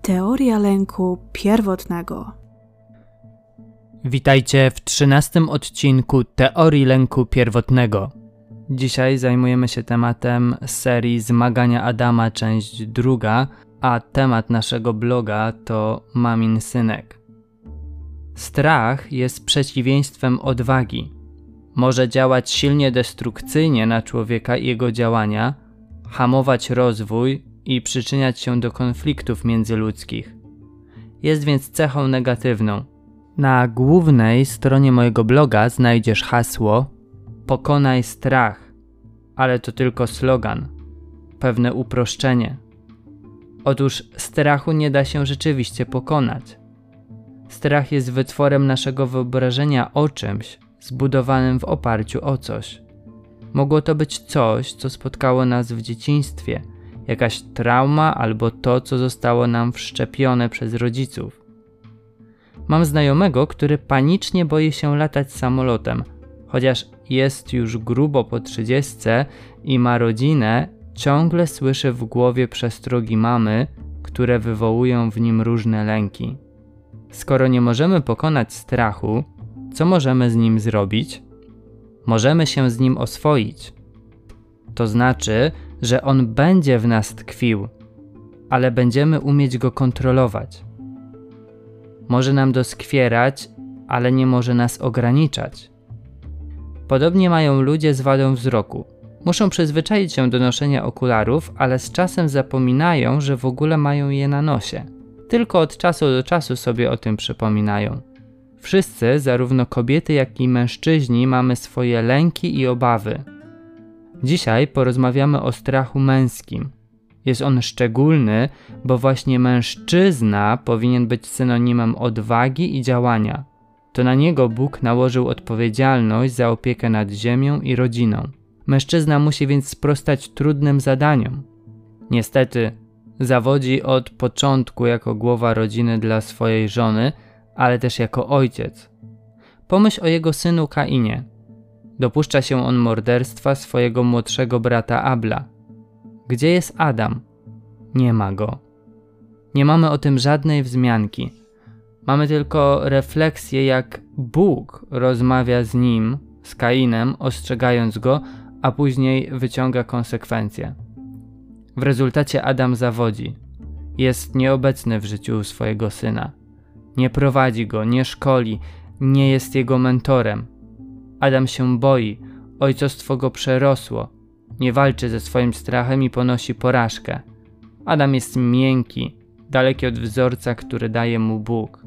Teoria lęku pierwotnego. Witajcie w 13 odcinku Teorii lęku pierwotnego. Dzisiaj zajmujemy się tematem serii Zmagania Adama, część 2, a temat naszego bloga to Mamin synek. Strach jest przeciwieństwem odwagi. Może działać silnie destrukcyjnie na człowieka i jego działania, hamować rozwój i przyczyniać się do konfliktów międzyludzkich. Jest więc cechą negatywną. Na głównej stronie mojego bloga znajdziesz hasło „Pokonaj strach”, ale to tylko slogan, pewne uproszczenie. Otóż strachu nie da się rzeczywiście pokonać. Strach jest wytworem naszego wyobrażenia o czymś zbudowanym w oparciu o coś. Mogło to być coś, co spotkało nas w dzieciństwie, jakaś trauma albo to, co zostało nam wszczepione przez rodziców. Mam znajomego, który panicznie boi się latać samolotem, chociaż jest już grubo po 30 i ma rodzinę, ciągle słyszy w głowie przestrogi mamy, które wywołują w nim różne lęki. Skoro nie możemy pokonać strachu, co możemy z nim zrobić? Możemy się z nim oswoić. To znaczy, że on będzie w nas tkwił, ale będziemy umieć go kontrolować. Może nam doskwierać, ale nie może nas ograniczać. Podobnie mają ludzie z wadą wzroku. Muszą przyzwyczaić się do noszenia okularów, ale z czasem zapominają, że w ogóle mają je na nosie. Tylko od czasu do czasu sobie o tym przypominają. Wszyscy, zarówno kobiety, jak i mężczyźni, mamy swoje lęki i obawy. Dzisiaj porozmawiamy o strachu męskim. Jest on szczególny, bo właśnie mężczyzna powinien być synonimem odwagi i działania. To na niego Bóg nałożył odpowiedzialność za opiekę nad ziemią i rodziną. Mężczyzna musi więc sprostać trudnym zadaniom. Niestety, zawodzi od początku jako głowa rodziny dla swojej żony, ale też jako ojciec. Pomyśl o jego synu Kainie. Dopuszcza się on morderstwa swojego młodszego brata Abla. Gdzie jest Adam? Nie ma go. Nie mamy o tym żadnej wzmianki. Mamy tylko refleksję, jak Bóg rozmawia z nim, z Kainem, ostrzegając go, a później wyciąga konsekwencje. W rezultacie Adam zawodzi. Jest nieobecny w życiu swojego syna. Nie prowadzi go, nie szkoli, nie jest jego mentorem. Adam się boi, ojcostwo go przerosło. Nie walczy ze swoim strachem i ponosi porażkę. Adam jest miękki, daleki od wzorca, który daje mu Bóg.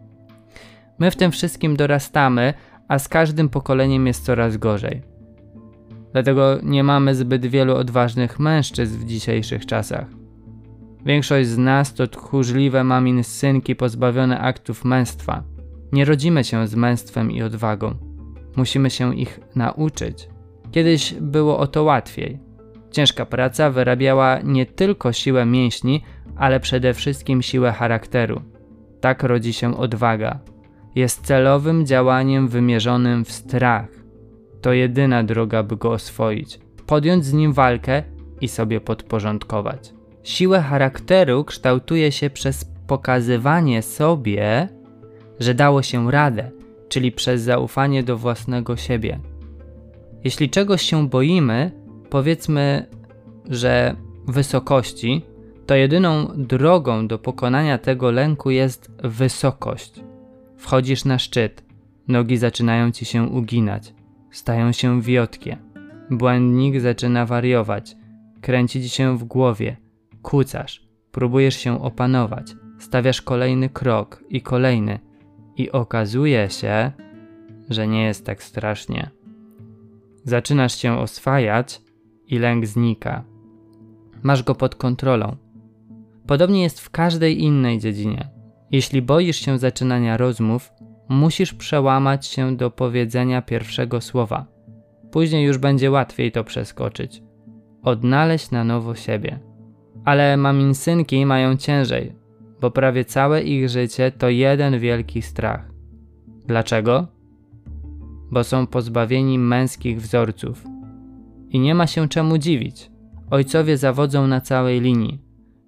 My w tym wszystkim dorastamy, a z każdym pokoleniem jest coraz gorzej. Dlatego nie mamy zbyt wielu odważnych mężczyzn w dzisiejszych czasach. Większość z nas to tchórzliwe mamin synki pozbawione aktów męstwa. Nie rodzimy się z męstwem i odwagą. Musimy się ich nauczyć. Kiedyś było o to łatwiej. Ciężka praca wyrabiała nie tylko siłę mięśni, ale przede wszystkim siłę charakteru. Tak rodzi się odwaga. Jest celowym działaniem wymierzonym w strach. To jedyna droga, by go oswoić. Podjąć z nim walkę i sobie podporządkować. Siłę charakteru kształtuje się przez pokazywanie sobie, że dało się radę, czyli przez zaufanie do własnego siebie. Jeśli czegoś się boimy, powiedzmy, że wysokości, to jedyną drogą do pokonania tego lęku jest wysokość. Wchodzisz na szczyt, nogi zaczynają ci się uginać, stają się wiotkie. Błędnik zaczyna wariować, kręci ci się w głowie, kucasz, próbujesz się opanować, stawiasz kolejny krok i kolejny i okazuje się, że nie jest tak strasznie. Zaczynasz się oswajać i lęk znika. Masz go pod kontrolą. Podobnie jest w każdej innej dziedzinie. Jeśli boisz się zaczynania rozmów, musisz przełamać się do powiedzenia pierwszego słowa. Później już będzie łatwiej to przeskoczyć. Odnaleźć na nowo siebie. Ale maminsynki mają ciężej, bo prawie całe ich życie to jeden wielki strach. Dlaczego? Bo są pozbawieni męskich wzorców. I nie ma się czemu dziwić. Ojcowie zawodzą na całej linii.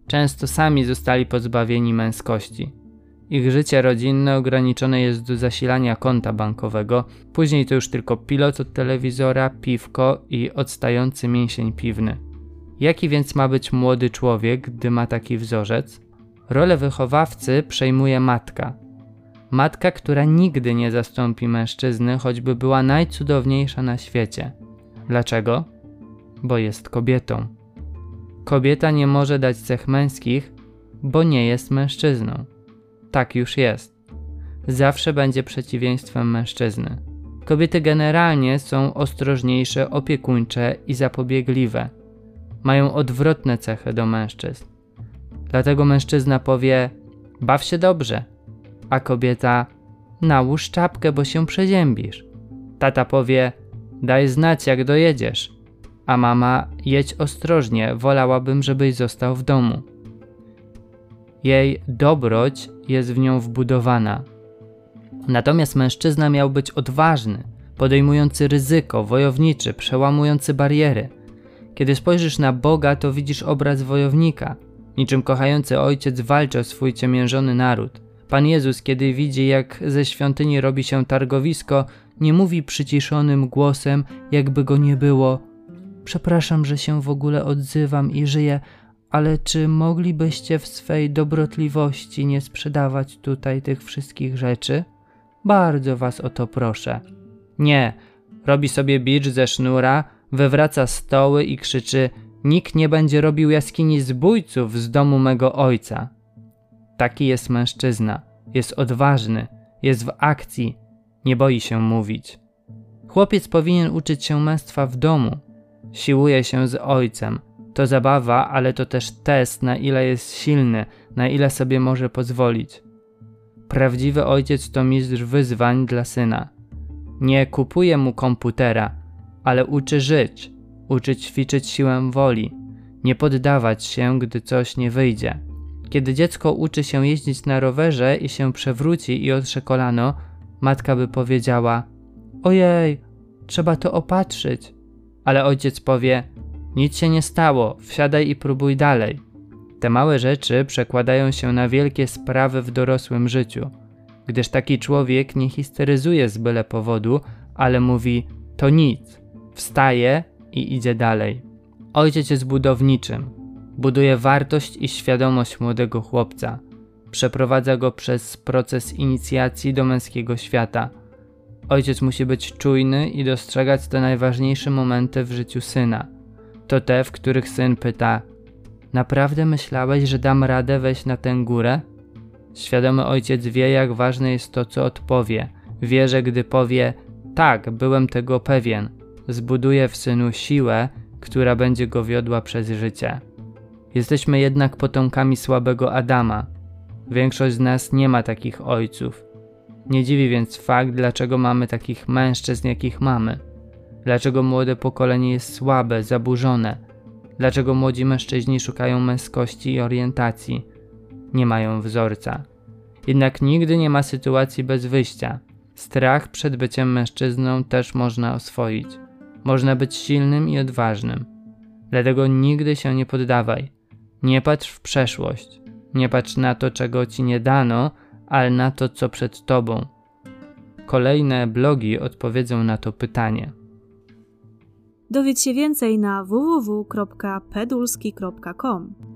Często sami zostali pozbawieni męskości. Ich życie rodzinne ograniczone jest do zasilania konta bankowego, później to już tylko pilot od telewizora, piwko i odstający mięsień piwny. Jaki więc ma być młody człowiek, gdy ma taki wzorzec? Rolę wychowawcy przejmuje matka. Matka, która nigdy nie zastąpi mężczyzny, choćby była najcudowniejsza na świecie. Dlaczego? Bo jest kobietą. Kobieta nie może dać cech męskich, bo nie jest mężczyzną. Tak już jest. Zawsze będzie przeciwieństwem mężczyzny. Kobiety generalnie są ostrożniejsze, opiekuńcze i zapobiegliwe. Mają odwrotne cechy do mężczyzn. Dlatego mężczyzna powie: baw się dobrze, a kobieta: nałóż czapkę, bo się przeziębisz. Tata powie: daj znać, jak dojedziesz, a mama: jedź ostrożnie, wolałabym, żebyś został w domu. Jej dobroć jest w nią wbudowana. Natomiast mężczyzna miał być odważny, podejmujący ryzyko, wojowniczy, przełamujący bariery. Kiedy spojrzysz na Boga, to widzisz obraz wojownika. Niczym kochający ojciec walczy o swój ciemiężony naród. Pan Jezus, kiedy widzi, jak ze świątyni robi się targowisko, nie mówi przyciszonym głosem, jakby go nie było: przepraszam, że się w ogóle odzywam i żyję, ale czy moglibyście w swej dobrotliwości nie sprzedawać tutaj tych wszystkich rzeczy? Bardzo was o to proszę. Nie, robi sobie bicz ze sznura, wywraca stoły i krzyczy: nikt nie będzie robił jaskini zbójców z domu mego ojca. Taki jest mężczyzna, jest odważny, jest w akcji, nie boi się mówić. Chłopiec powinien uczyć się męstwa w domu. Siłuje się z ojcem. To zabawa, ale to też test, na ile jest silny, na ile sobie może pozwolić. Prawdziwy ojciec to mistrz wyzwań dla syna. Nie kupuje mu komputera, ale uczy żyć, uczy ćwiczyć siłę woli, nie poddawać się, gdy coś nie wyjdzie. Kiedy dziecko uczy się jeździć na rowerze i się przewróci i otrze kolano, matka by powiedziała: ojej, trzeba to opatrzyć. Ale ojciec powie: nic się nie stało, wsiadaj i próbuj dalej. Te małe rzeczy przekładają się na wielkie sprawy w dorosłym życiu, gdyż taki człowiek nie histeryzuje z byle powodu, ale mówi: to nic, wstaje i idzie dalej. Ojciec jest budowniczym, buduje wartość i świadomość młodego chłopca, przeprowadza go przez proces inicjacji do męskiego świata. Ojciec musi być czujny i dostrzegać te najważniejsze momenty w życiu syna. To te, w których syn pyta: naprawdę myślałeś, że dam radę wejść na tę górę? Świadomy ojciec wie, jak ważne jest to, co odpowie. Wie, że gdy powie: tak, byłem tego pewien, zbuduje w synu siłę, która będzie go wiodła przez życie. Jesteśmy jednak potomkami słabego Adama. Większość z nas nie ma takich ojców. Nie dziwi więc fakt, dlaczego mamy takich mężczyzn, jakich mamy. Dlaczego młode pokolenie jest słabe, zaburzone. Dlaczego młodzi mężczyźni szukają męskości i orientacji. Nie mają wzorca. Jednak nigdy nie ma sytuacji bez wyjścia. Strach przed byciem mężczyzną też można oswoić. Można być silnym i odważnym. Dlatego nigdy się nie poddawaj. Nie patrz w przeszłość. Nie patrz na to, czego ci nie dano, ale na to, co przed tobą. Kolejne blogi odpowiedzą na to pytanie. Dowiedz się więcej na www.pedulski.com.